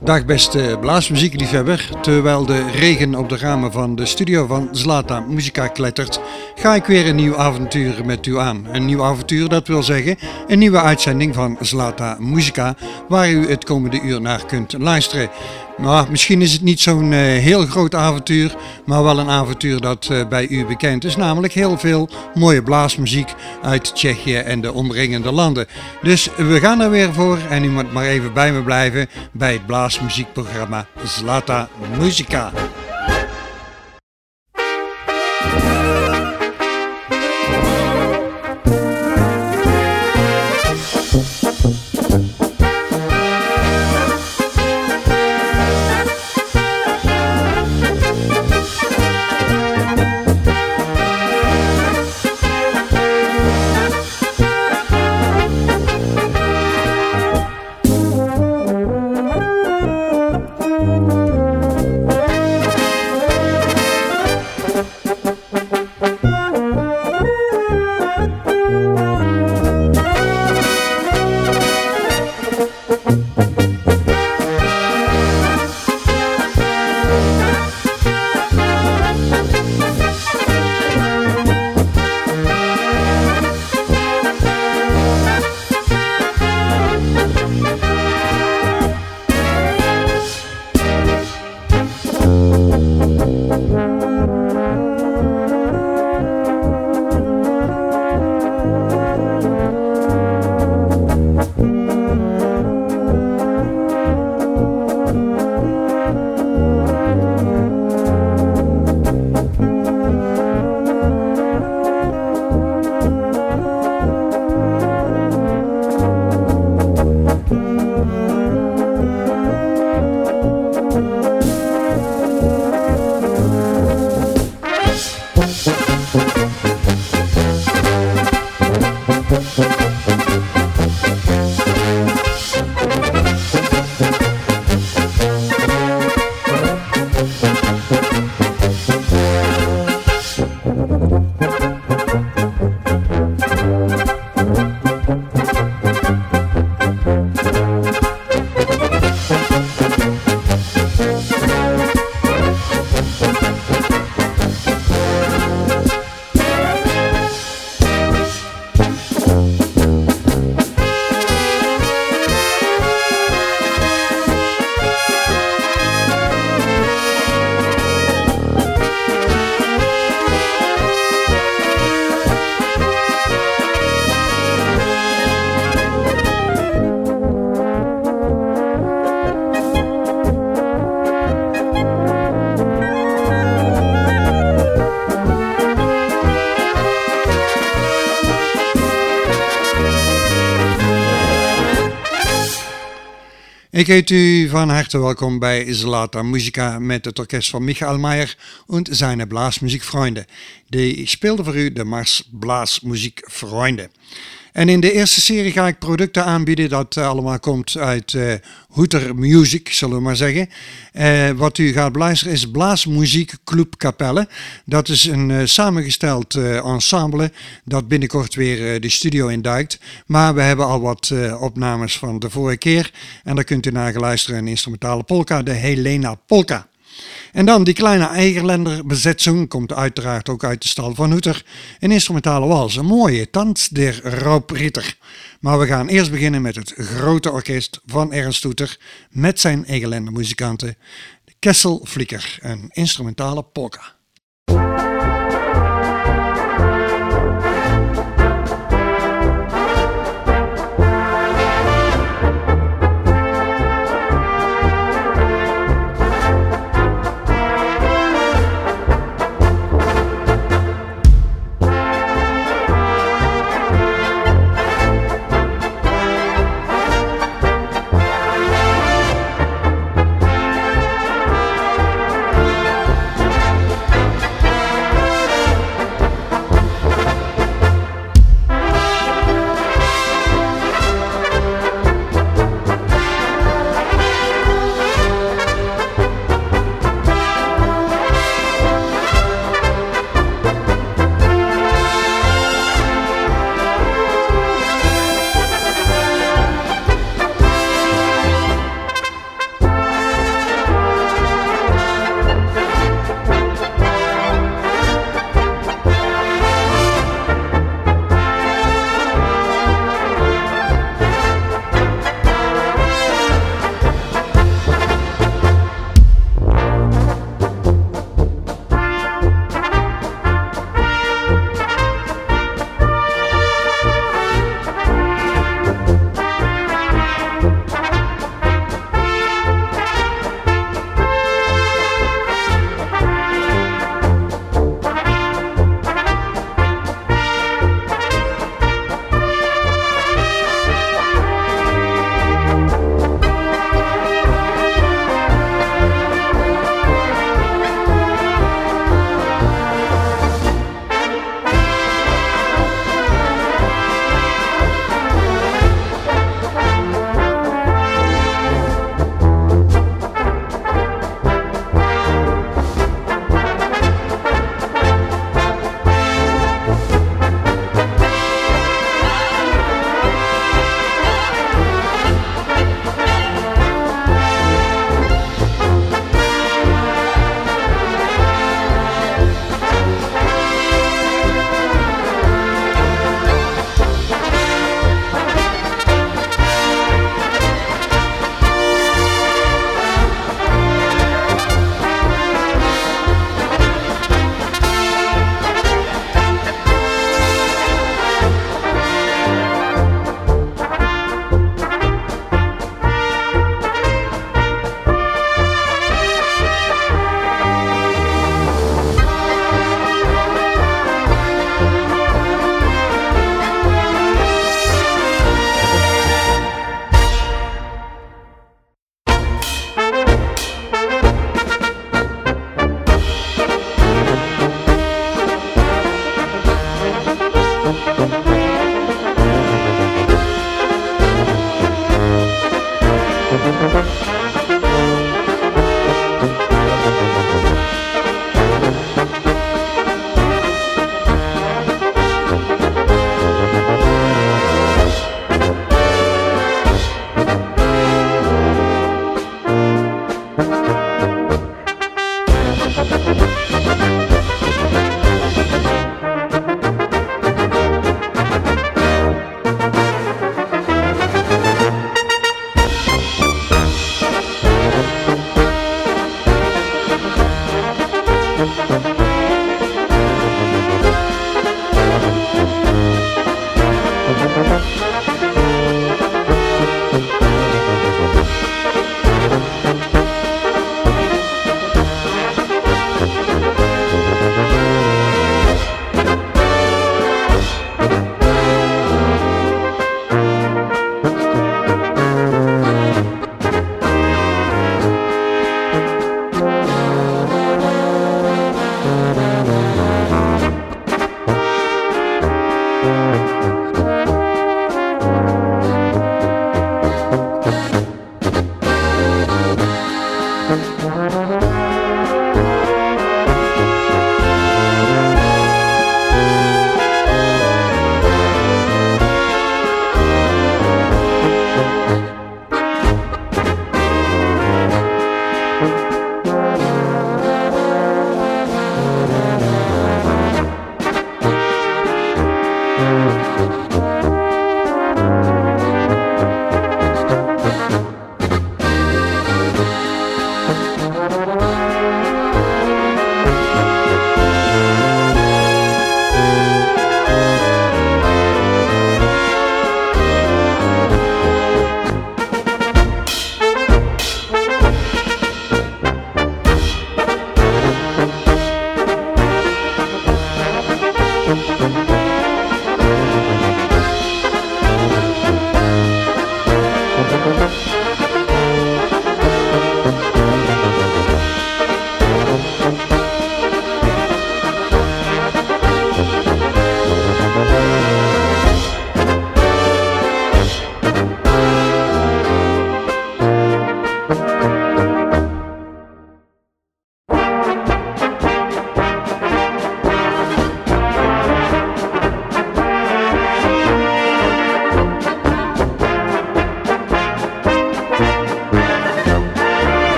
Dag beste blaasmuziekliefhebber, terwijl de regen op de ramen van de studio van Zlata Muzika klettert, ga ik weer een nieuw avontuur met u aan. Een nieuw avontuur, dat wil zeggen een nieuwe uitzending van Zlata Muzika, waar u het komende uur naar kunt luisteren. Nou, misschien is het niet zo'n heel groot avontuur, maar wel een avontuur dat bij u bekend is. Namelijk heel veel mooie blaasmuziek uit Tsjechië en de omringende landen. Dus we gaan er weer voor en u moet maar even bij me blijven bij het blaasmuziekprogramma Zlata Muzika. Ik heet u van harte welkom bij Zlata Muzika met het orkest van Michael Mayer en zijn Blaasmuziekfreunde. Die speelden voor u de Mars Blaasmuziekfreunde. En in de eerste serie ga ik producten aanbieden dat allemaal komt uit Hoeter Music, zullen we maar zeggen. Wat u gaat beluisteren is Blaasmuziek Club Capelle. Dat is een samengesteld ensemble dat binnenkort weer de studio induikt. Maar we hebben al wat opnames van de vorige keer. En daar kunt u naar luisteren, een instrumentale polka, de Helena Polka. En dan die kleine Eigerländer bezetting komt uiteraard ook uit de stal van Hoeter. Een instrumentale wals, een mooie Tanz der Raubritter. Maar we gaan eerst beginnen met het grote orkest van Ernst Hoeter met zijn Eigerländer muzikanten. De Kesselflicker, een instrumentale polka.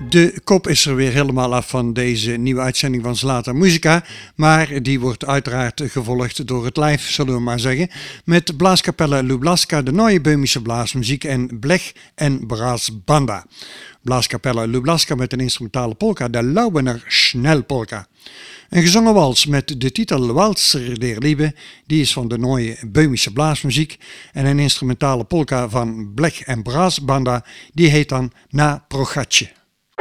De kop is er weer helemaal af van deze nieuwe uitzending van Zlata Muzika, maar die wordt uiteraard gevolgd door het live, zullen we maar zeggen, met Blaaskapelle Lublaska, de nieuwe Böhmische blaasmuziek en Blech en Brassbanda. Blaaskapelle Lublaska met een instrumentale polka, de Laubener Schnellpolka. Een gezongen wals met de titel Walzer der Liebe, die is van de nieuwe Böhmische blaasmuziek, en een instrumentale polka van Blech en Brassbanda, die heet dan Na Progatje.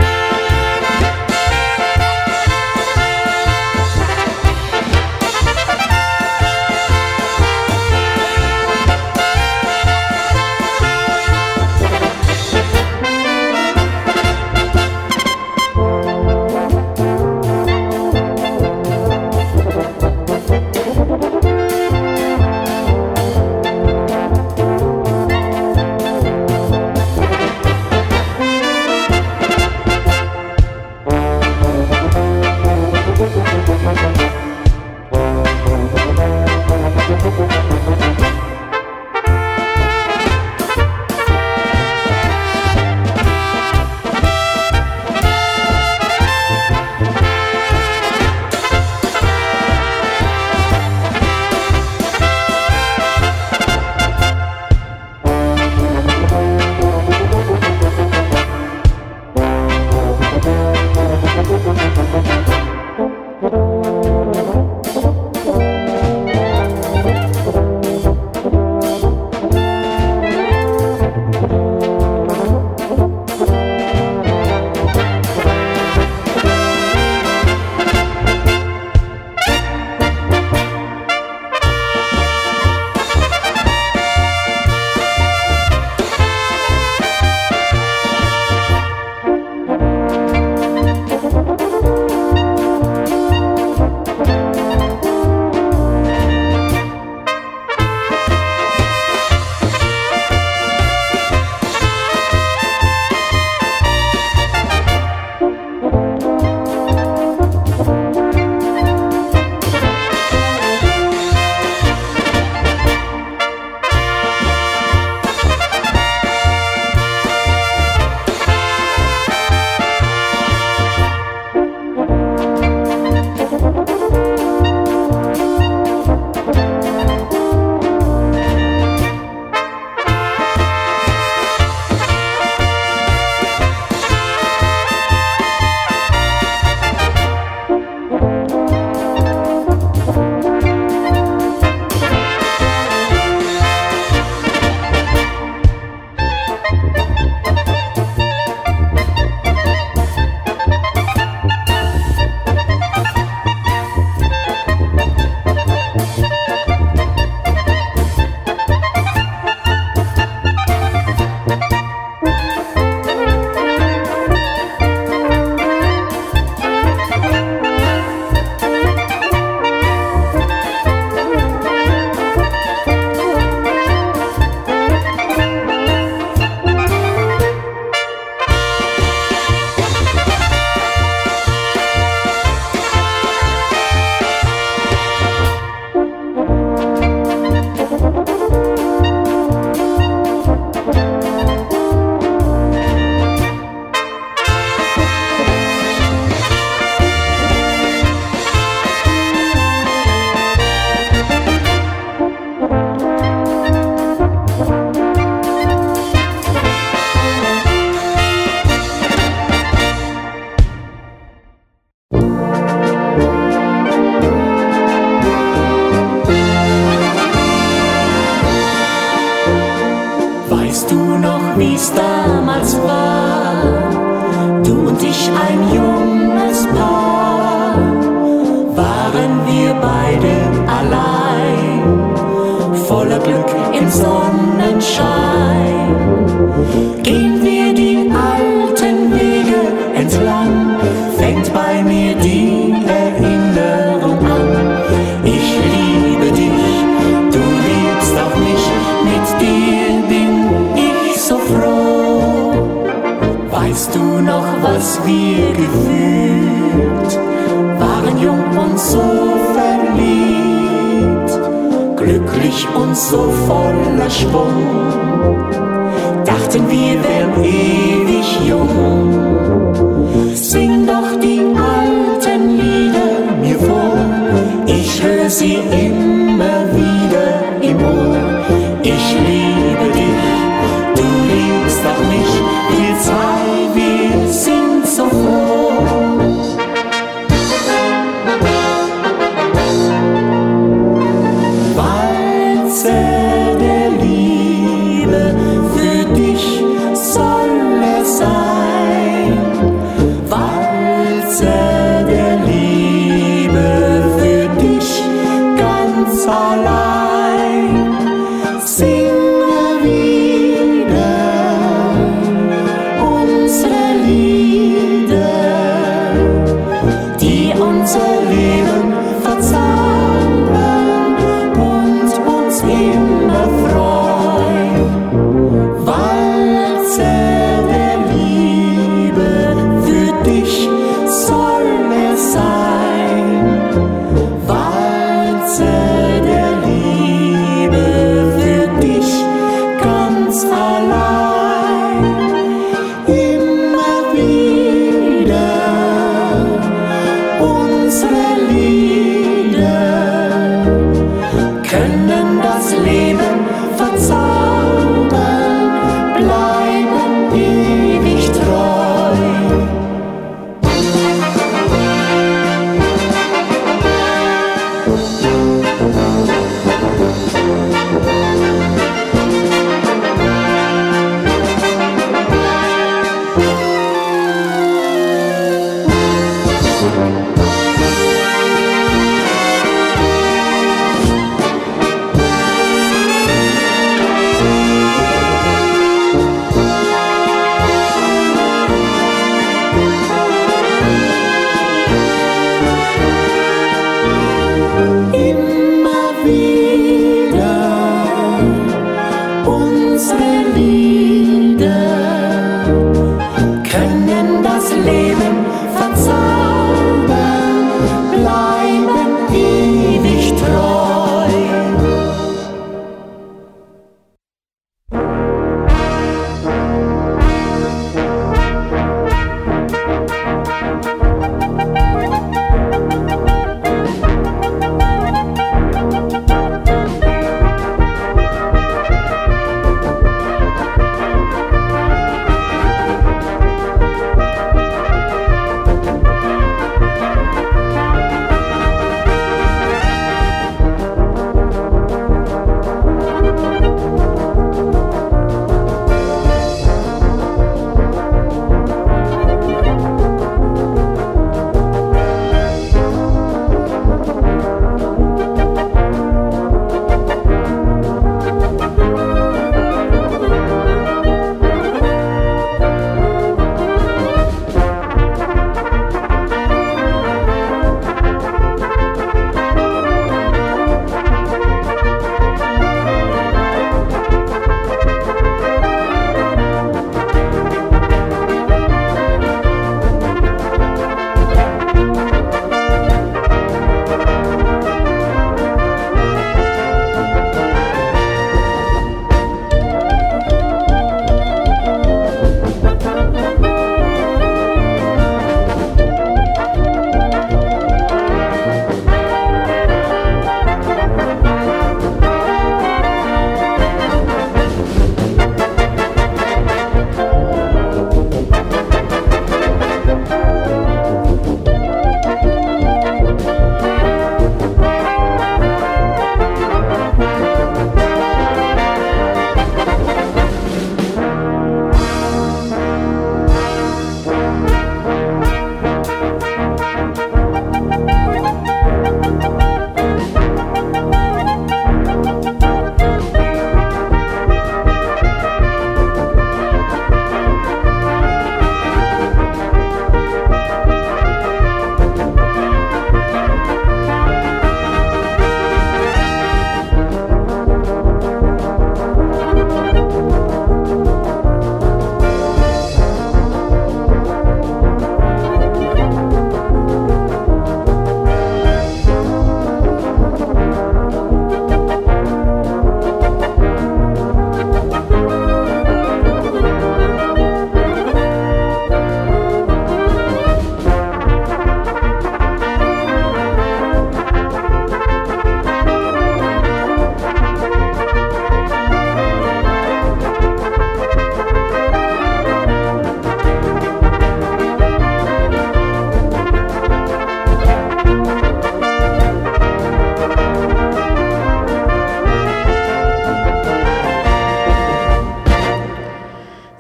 Weißt du noch, wie's damals war? Du und ich, ein junges Paar, waren wir beide allein, voller Glück im Sonnenschein. Gehen wir die alten Wege entlang, fängt bei mir die Erinnerung an. Ich liebe dich, du liebst auch mich, mit dir bin ich so froh. Weißt du noch, was wir gefühlt, waren jung und so verliebt, glücklich und so voller Schwung, dachten wir wären ewig jung. Sing doch die alten Lieder mir vor, ich höre sie immer wieder im Ohr. Ich liebe dich, du liebst auch mich, wir zwei, wir sind so froh. Walzer der Liebe, für dich soll es sein. Walzer der Liebe, für dich ganz allein. Singe wieder unsere Lieder, die unser Leben verzaubern und uns immer freuen. Walzer der Liebe, für dich soll es sein. Walzer der Liebe, für dich ganz allein. Immer wieder unsere Lieder können das Leben verzaubern, bleiben ewig treu.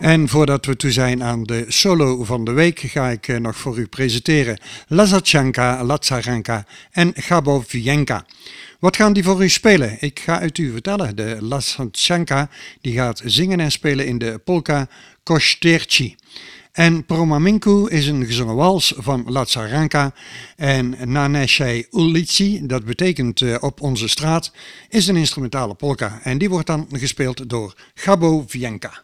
En voordat we toe zijn aan de solo van de week ga ik nog voor u presenteren Lazatchanka, Lazarenka en Gabovienka. Wat gaan die voor u spelen? Ik ga het u vertellen. De Lazatchanka die gaat zingen en spelen in de polka Koszterci. En Promaminku is een gezongen wals van Lazarenka. En Na naszej ulicy, dat betekent op onze straat, is een instrumentale polka. En die wordt dan gespeeld door Gabovienka.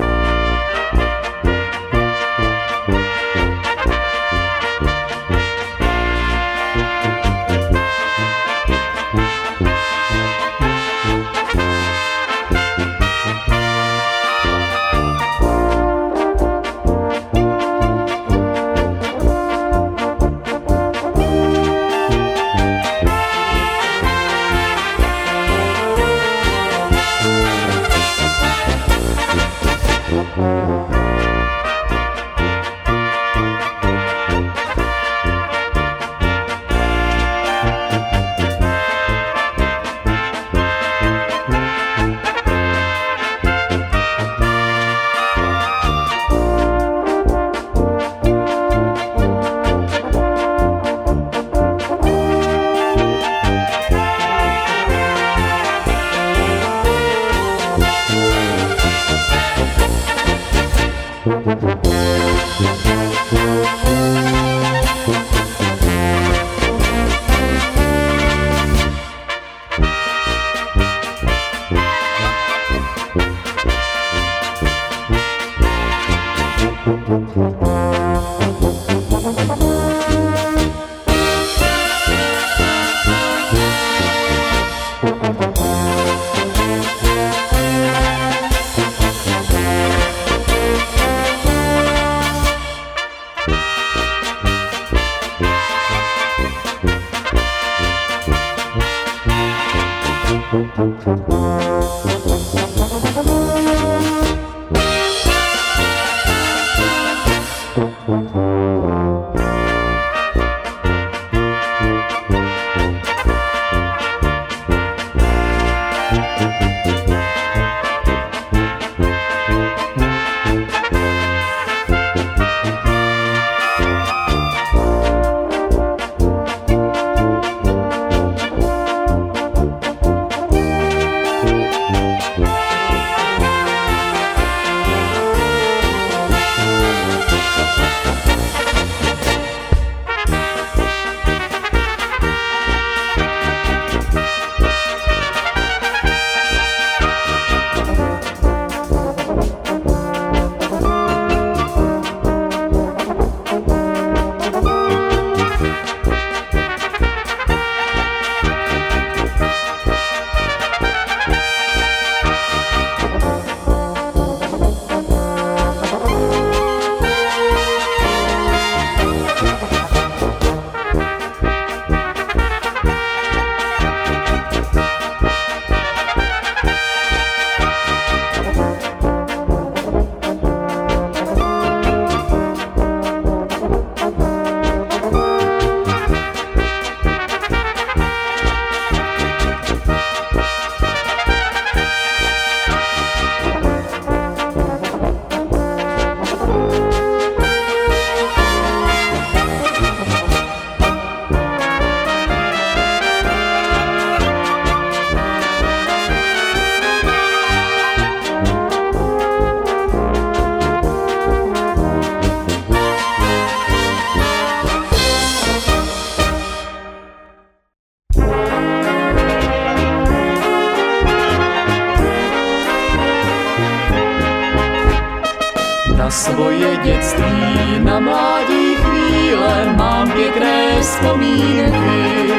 Na svoje dětství, na mládí chvíle mám pěkné vzpomínky.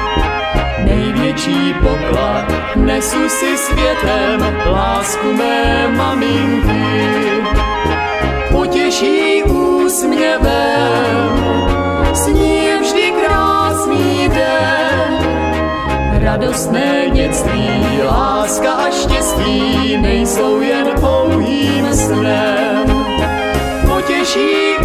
Největší poklad nesu si světem lásku mé maminky. Potěší úsměvem, s ní je vždy krásný den. Radostné dětství, láska a štěstí nejsou jen pouhým snem. Potěší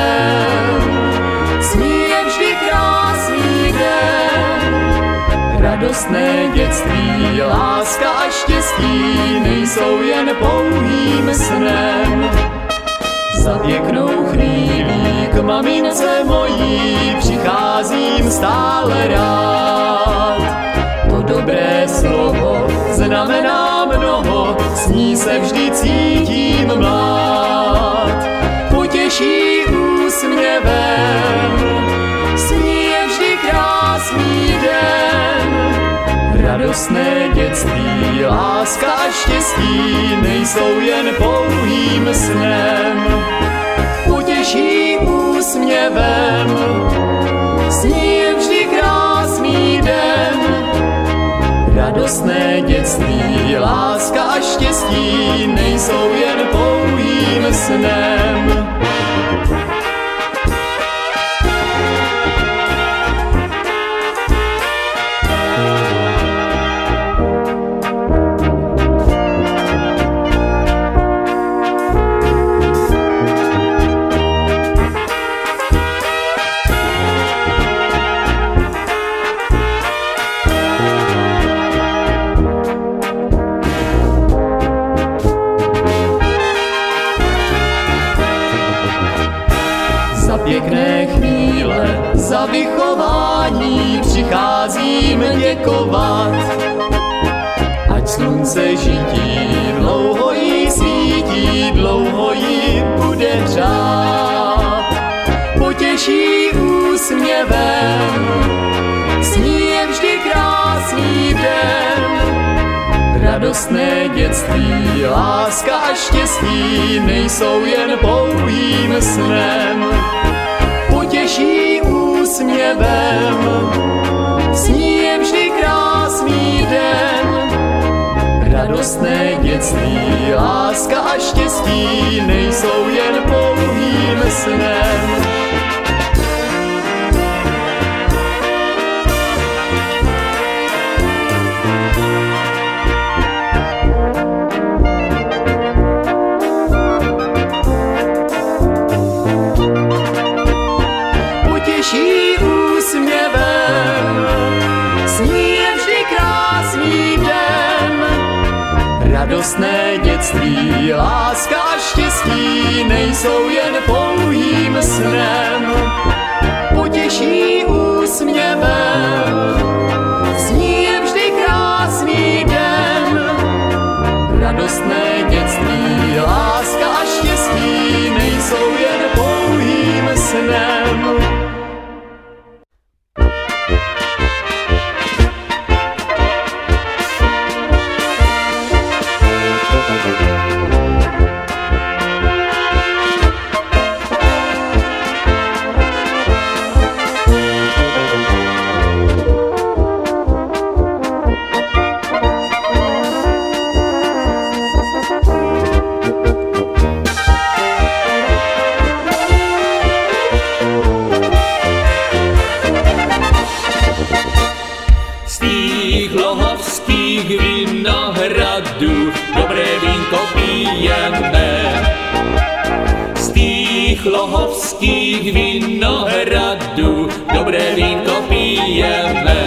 úsměvem, s ní je vždy krásný den. Radostné dětství, láska a štěstí nejsou jen pouhým snem. Za pěknou chvílí k mamince mojí přicházím stále rád. To dobré slovo znamená mnoho, s ní se vždy cítím mlád. Potěší úsměvem, s ní je vždy krásný den. Radostné dětství, láska a štěstí nejsou jen pouhým snem. Potěší úsměvem, s ní je vždy krásný den. Radostné dětství, láska a štěstí nejsou jen pouhým snem. Pěkné chvíle za vychování přicházím děkovat. Ať slunce žití dlouho jí svítí, dlouho jí bude řád. Potěší úsměvem, s ní je vždy krásný den. Radostné dětství, láska a štěstí nejsou jen pouhým snem. Potěší úsměvem, s ní je vždy krásný den. Radostné dětství, láska a štěstí nejsou jen pouhým snem. Potěší úsměvem, s ní je vždy krásný den. Radostné dětství, láska a štěstí nejsou jen pouhým snem. Potěší úsměvem, s ní je vždy krásný den. Radostné dětství, láska a štěstí nejsou jen pouhým snem. Lohovských vinohradů dobré vínko pijeme.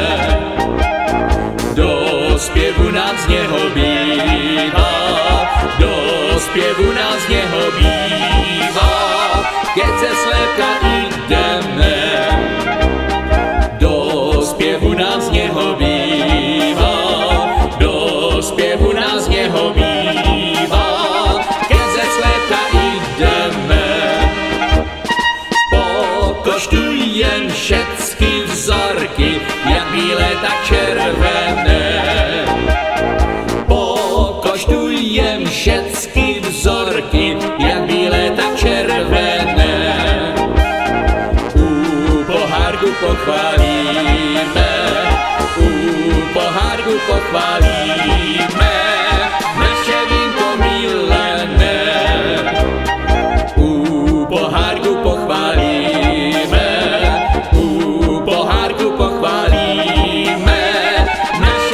Do zpěvu nám z něho bývá, do zpěvu nám z něho bývá, keď se slévka jdeme. Do zpěvu nám z něho bývá, do zpěvu nám z něho bývá, keď se slévka jdeme. Pokoštujem všecky vzorky, jak bílé, tak červené. Pokoštujem všecky vzorky, jak bílé, tak červené. U pohárku pochválíme, u pohárku pochválíme naše vínko milené. U pohárku pochválíme, u pohárku pochválíme naše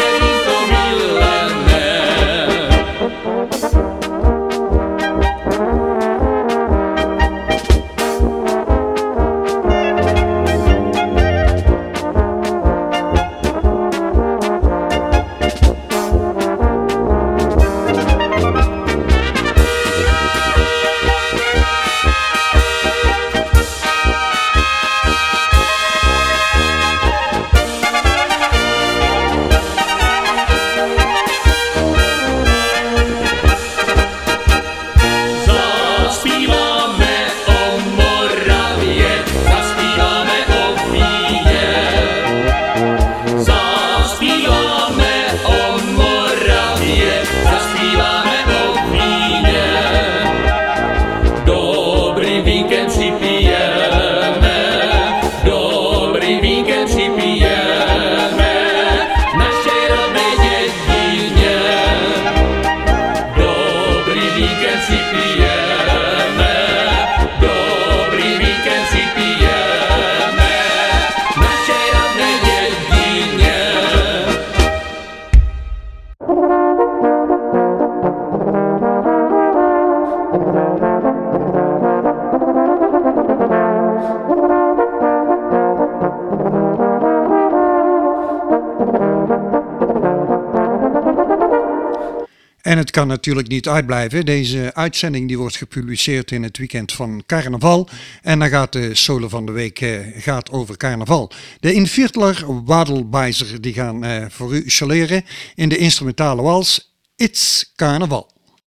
En het kan natuurlijk niet uitblijven. Deze uitzending die wordt gepubliceerd in het weekend van carnaval. En dan gaat de solo van de week gaat over carnaval. De Inviertler Wadelbeizer die gaan voor u soleren in de instrumentale wals It's Carnaval.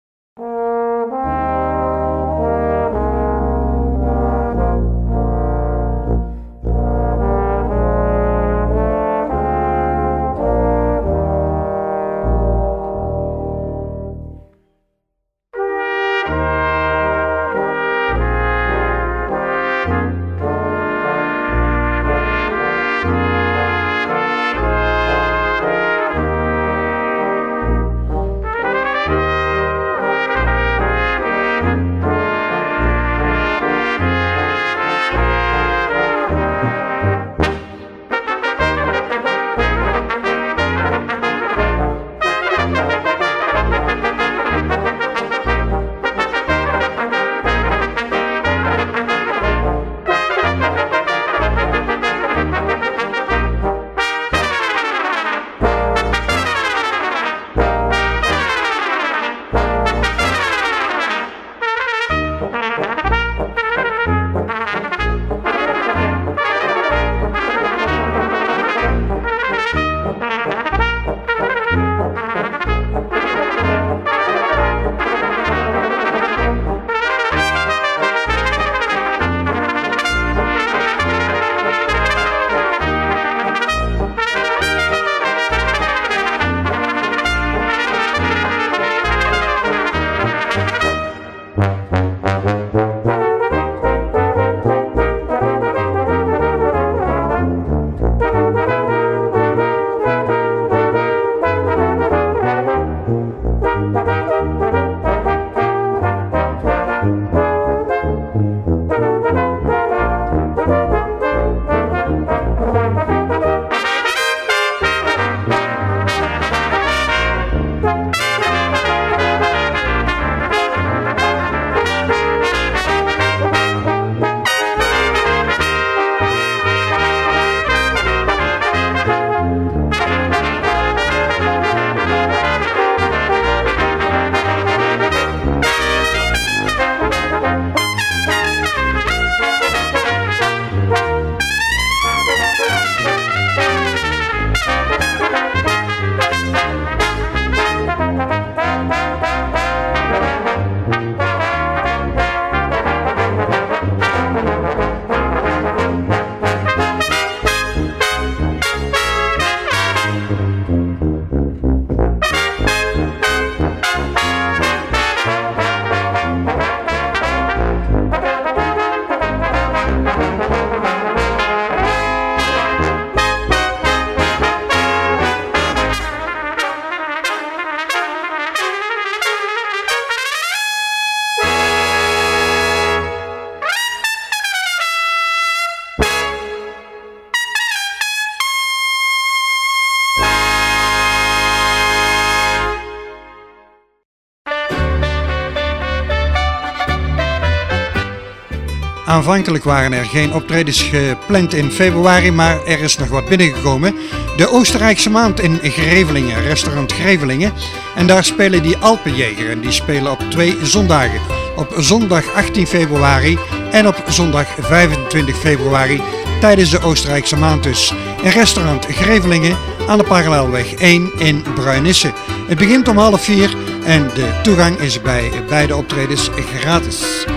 Aanvankelijk waren er geen optredens gepland in februari, maar er is nog wat binnengekomen. De Oostenrijkse maand in Grevelingen, restaurant Grevelingen. En daar spelen die Alpenjäger en die spelen op 2 zondagen. Op zondag 18 februari en op zondag 25 februari tijdens de Oostenrijkse maand dus. In restaurant Grevelingen aan de Parallelweg 1 in Bruinisse. Het begint om 3:30 en de toegang is bij beide optredens gratis.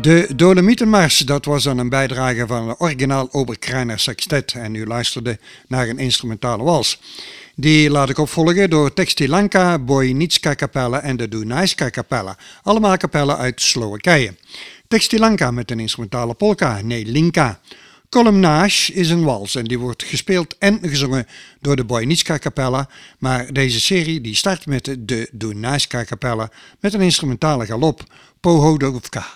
De Dolomietenmars, dat was dan een bijdrage van de originaal Oberkreiner Sextet en u luisterde naar een instrumentale wals. Die laat ik opvolgen door Textilanka, Bojnicka Kapelle en de Dunajska Kapelle, allemaal kapellen uit Slowakije. Textilanka met een instrumentale polka, nee Linka. Columnage is een wals en die wordt gespeeld en gezongen door de Bojnicka Kapelle, maar deze serie die start met de Dunajska Kapelle met een instrumentale galop, Pohodovka.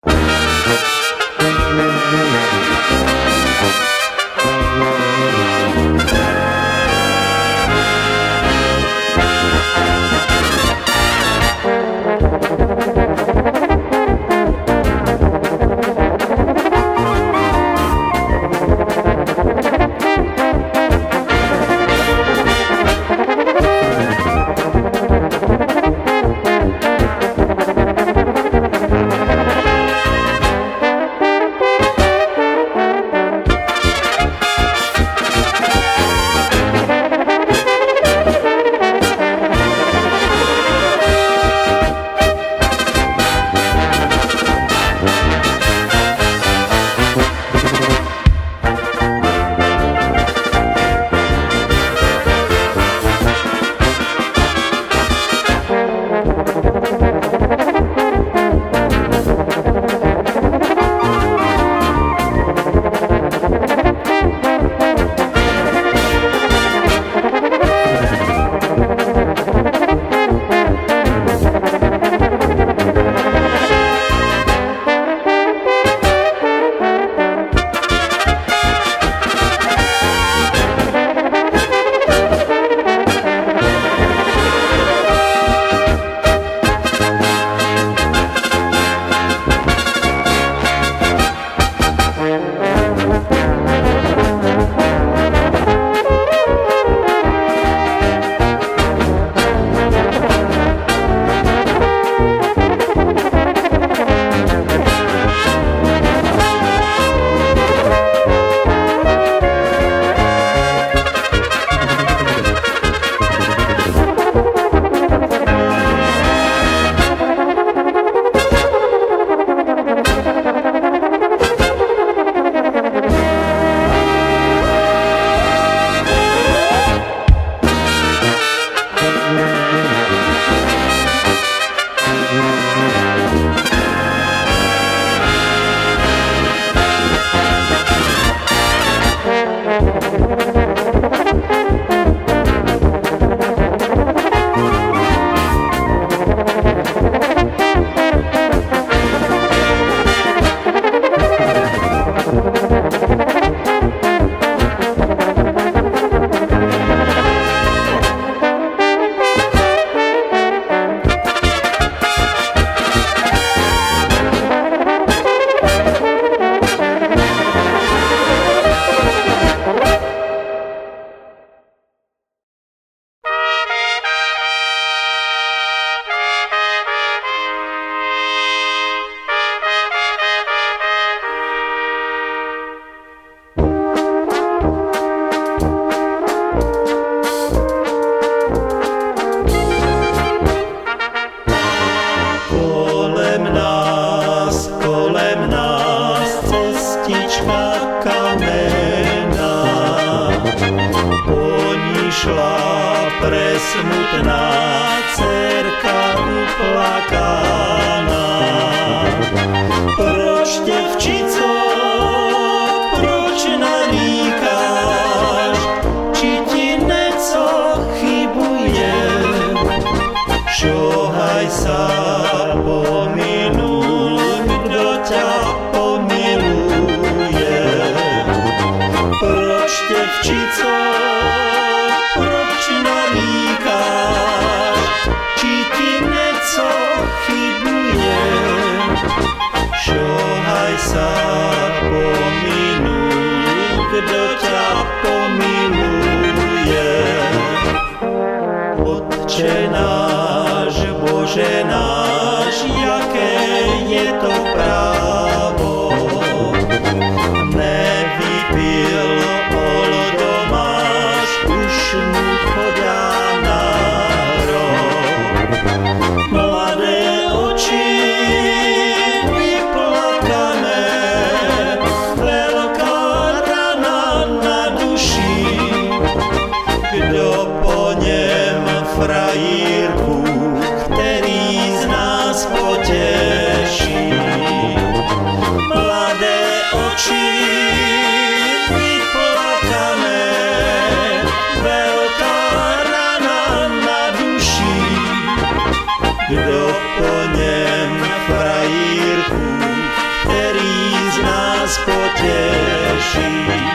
Presmutná dcerka uplakaná. Proč děvčico, proč naríkáš, či ti něco chybuje? Šohaj sa pomiluj, kdo ťa pomiluje. Proč děvčico, proč naríkáš, či ti něco chybuje? Šohaj sa pomiluj, kdo ťa pomiluje. Otče náš, Bože náš, jaké je to právo, nevypil Oldomáš, už mu chodá na rok. Mladé oči vyplakané, pocieši. Mladé oči vyplakané, veľká rana na duši. Kdo po něm frajírku, který z nás potěší.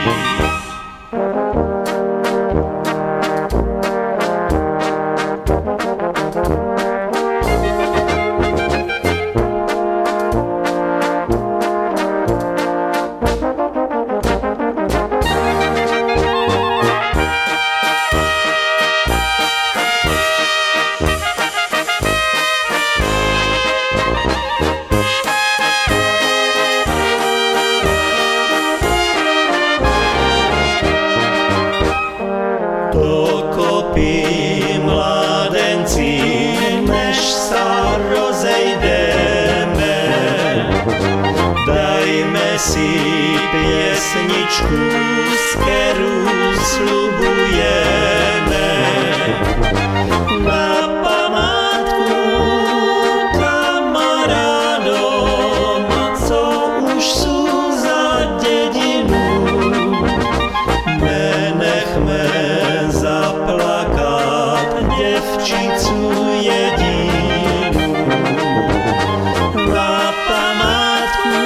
Piesničku, z kterou slubujeme na památku kamarádom, co už jsou za dědinu. Nenechme zaplakat děvčicu jedinu. Na památku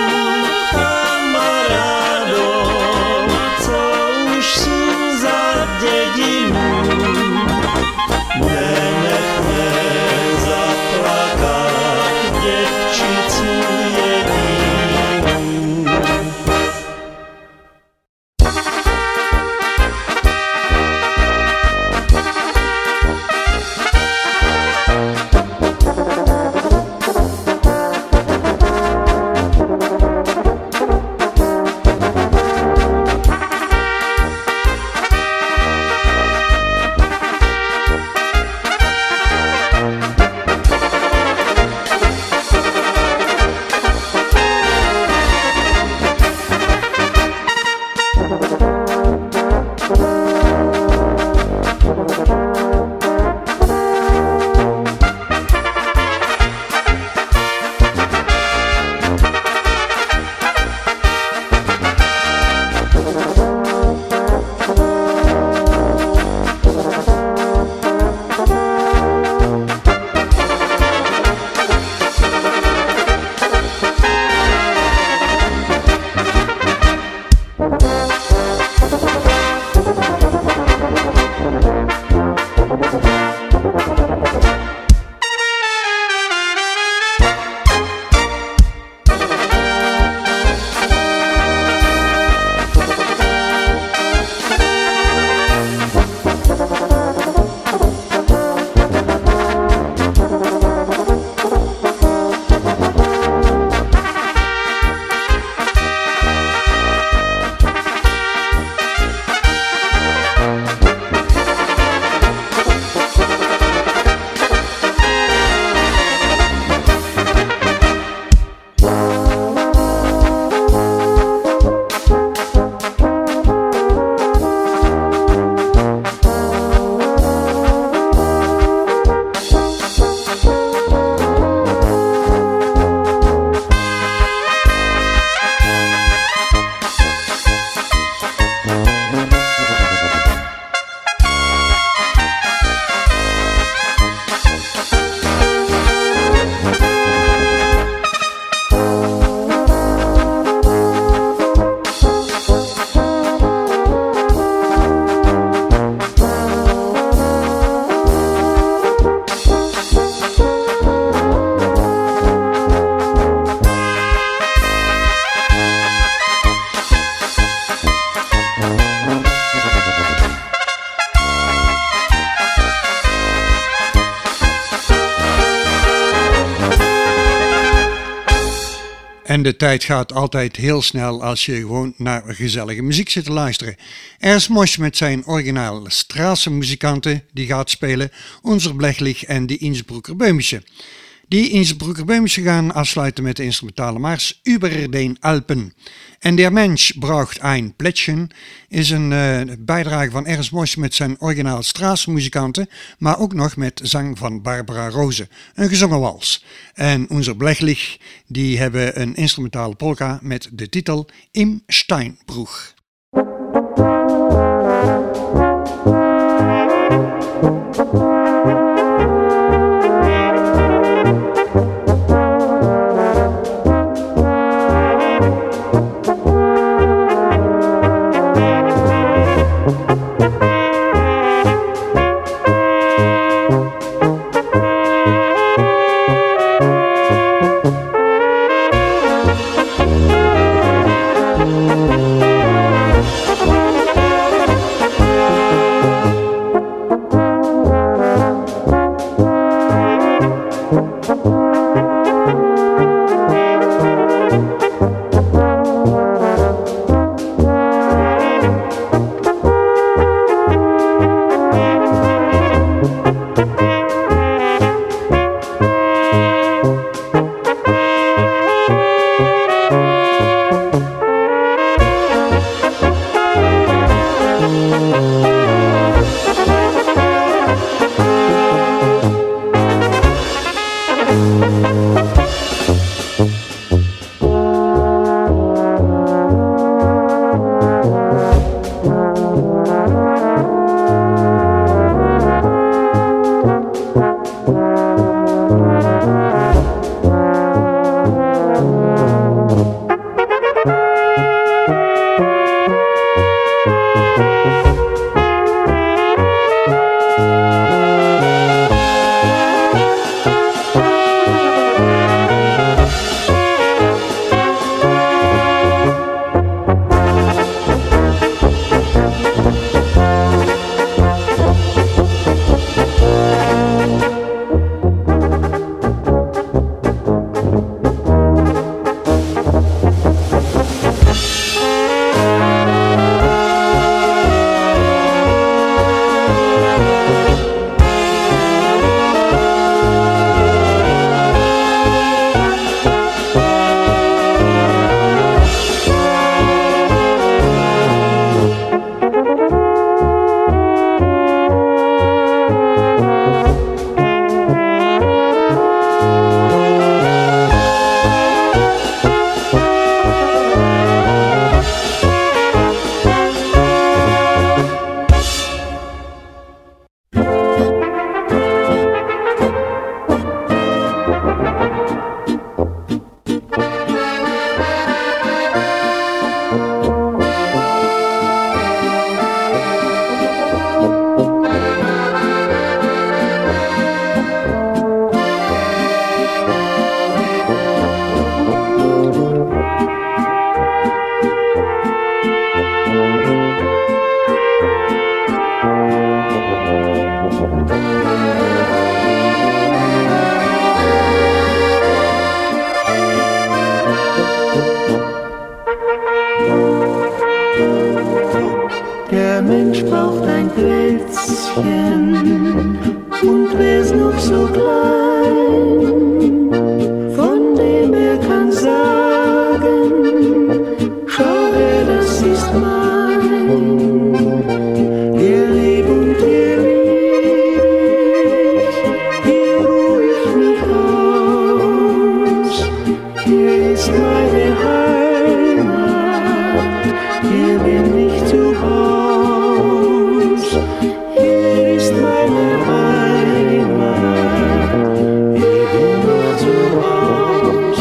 En de tijd gaat altijd heel snel als je gewoon naar gezellige muziek zit te luisteren. Ernst Mosch met zijn originale Straßenmusikanten die gaat spelen Unser Blechlich en de Innsbrucker Böhmische. Die Innsbrucker Böhmische gaan afsluiten met de instrumentale mars Über den Alpen. En Der Mensch braucht ein Plätzchen is een bijdrage van Ernst Mosch met zijn originaal straatmuzikanten, maar ook nog met zang van Barbara Rose, een gezongen wals. En Unser Blechlich, die hebben een instrumentale polka met de titel Im Steinbruch. Der Mensch braucht ein Plätzchen und wär's noch so klein, von dem er kann sagen, schau her, das ist mein. Hier leb und hier lieb ich, hier ruh ich mich aus, hier ist meine Heimat, hier bin ich zu Haus, hier ist meine Heimat, hier bin ich zu Haus.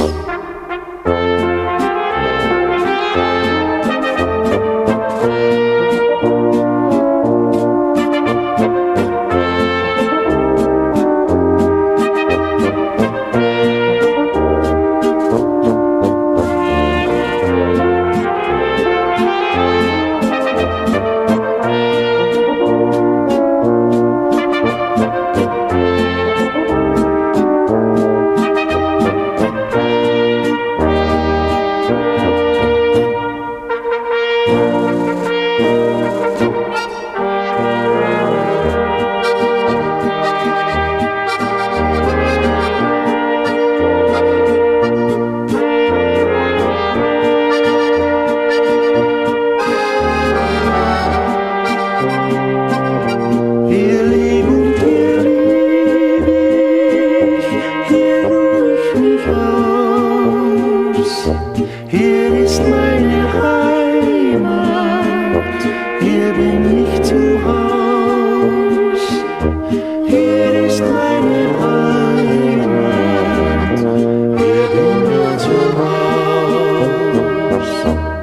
Hier ist meine Heimat, hier bin ich zu Haus. Hier ist meine Heimat, hier bin ich zu Haus.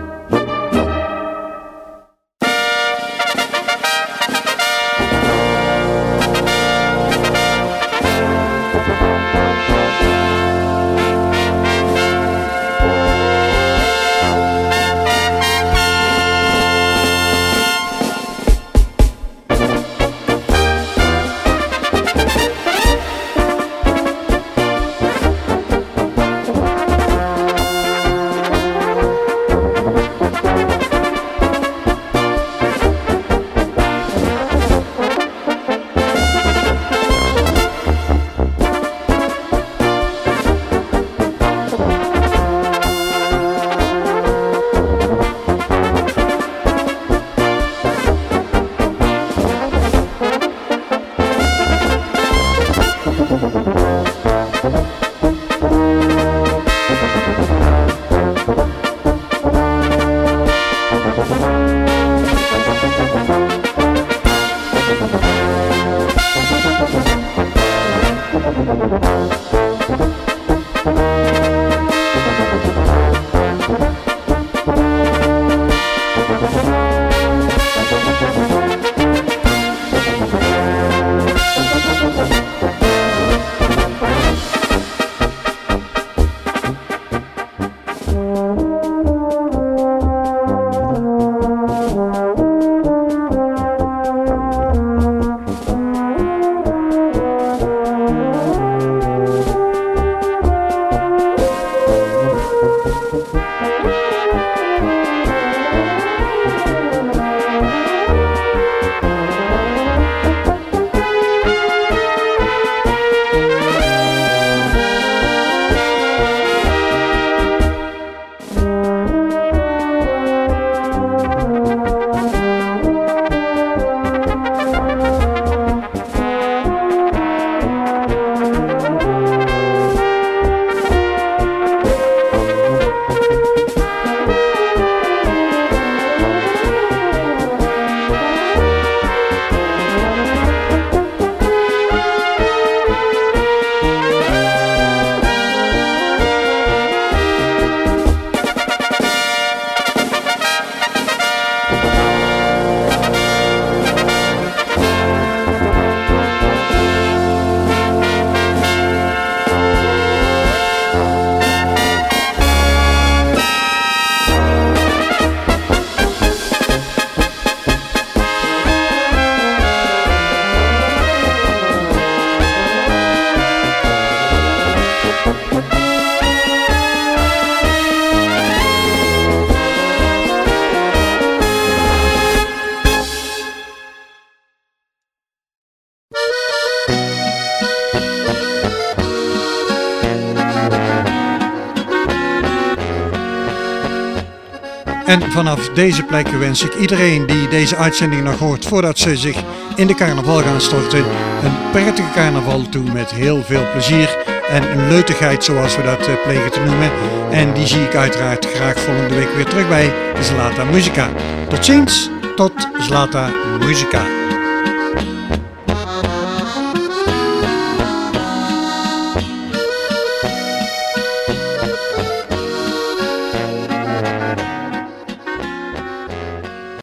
En vanaf deze plek wens ik iedereen die deze uitzending nog hoort voordat ze zich in de carnaval gaan storten, een prettige carnaval toe met heel veel plezier en een leutigheid zoals we dat plegen te noemen. En die zie ik uiteraard graag volgende week weer terug bij Zlata Muzika. Tot ziens, tot Zlata Muzika.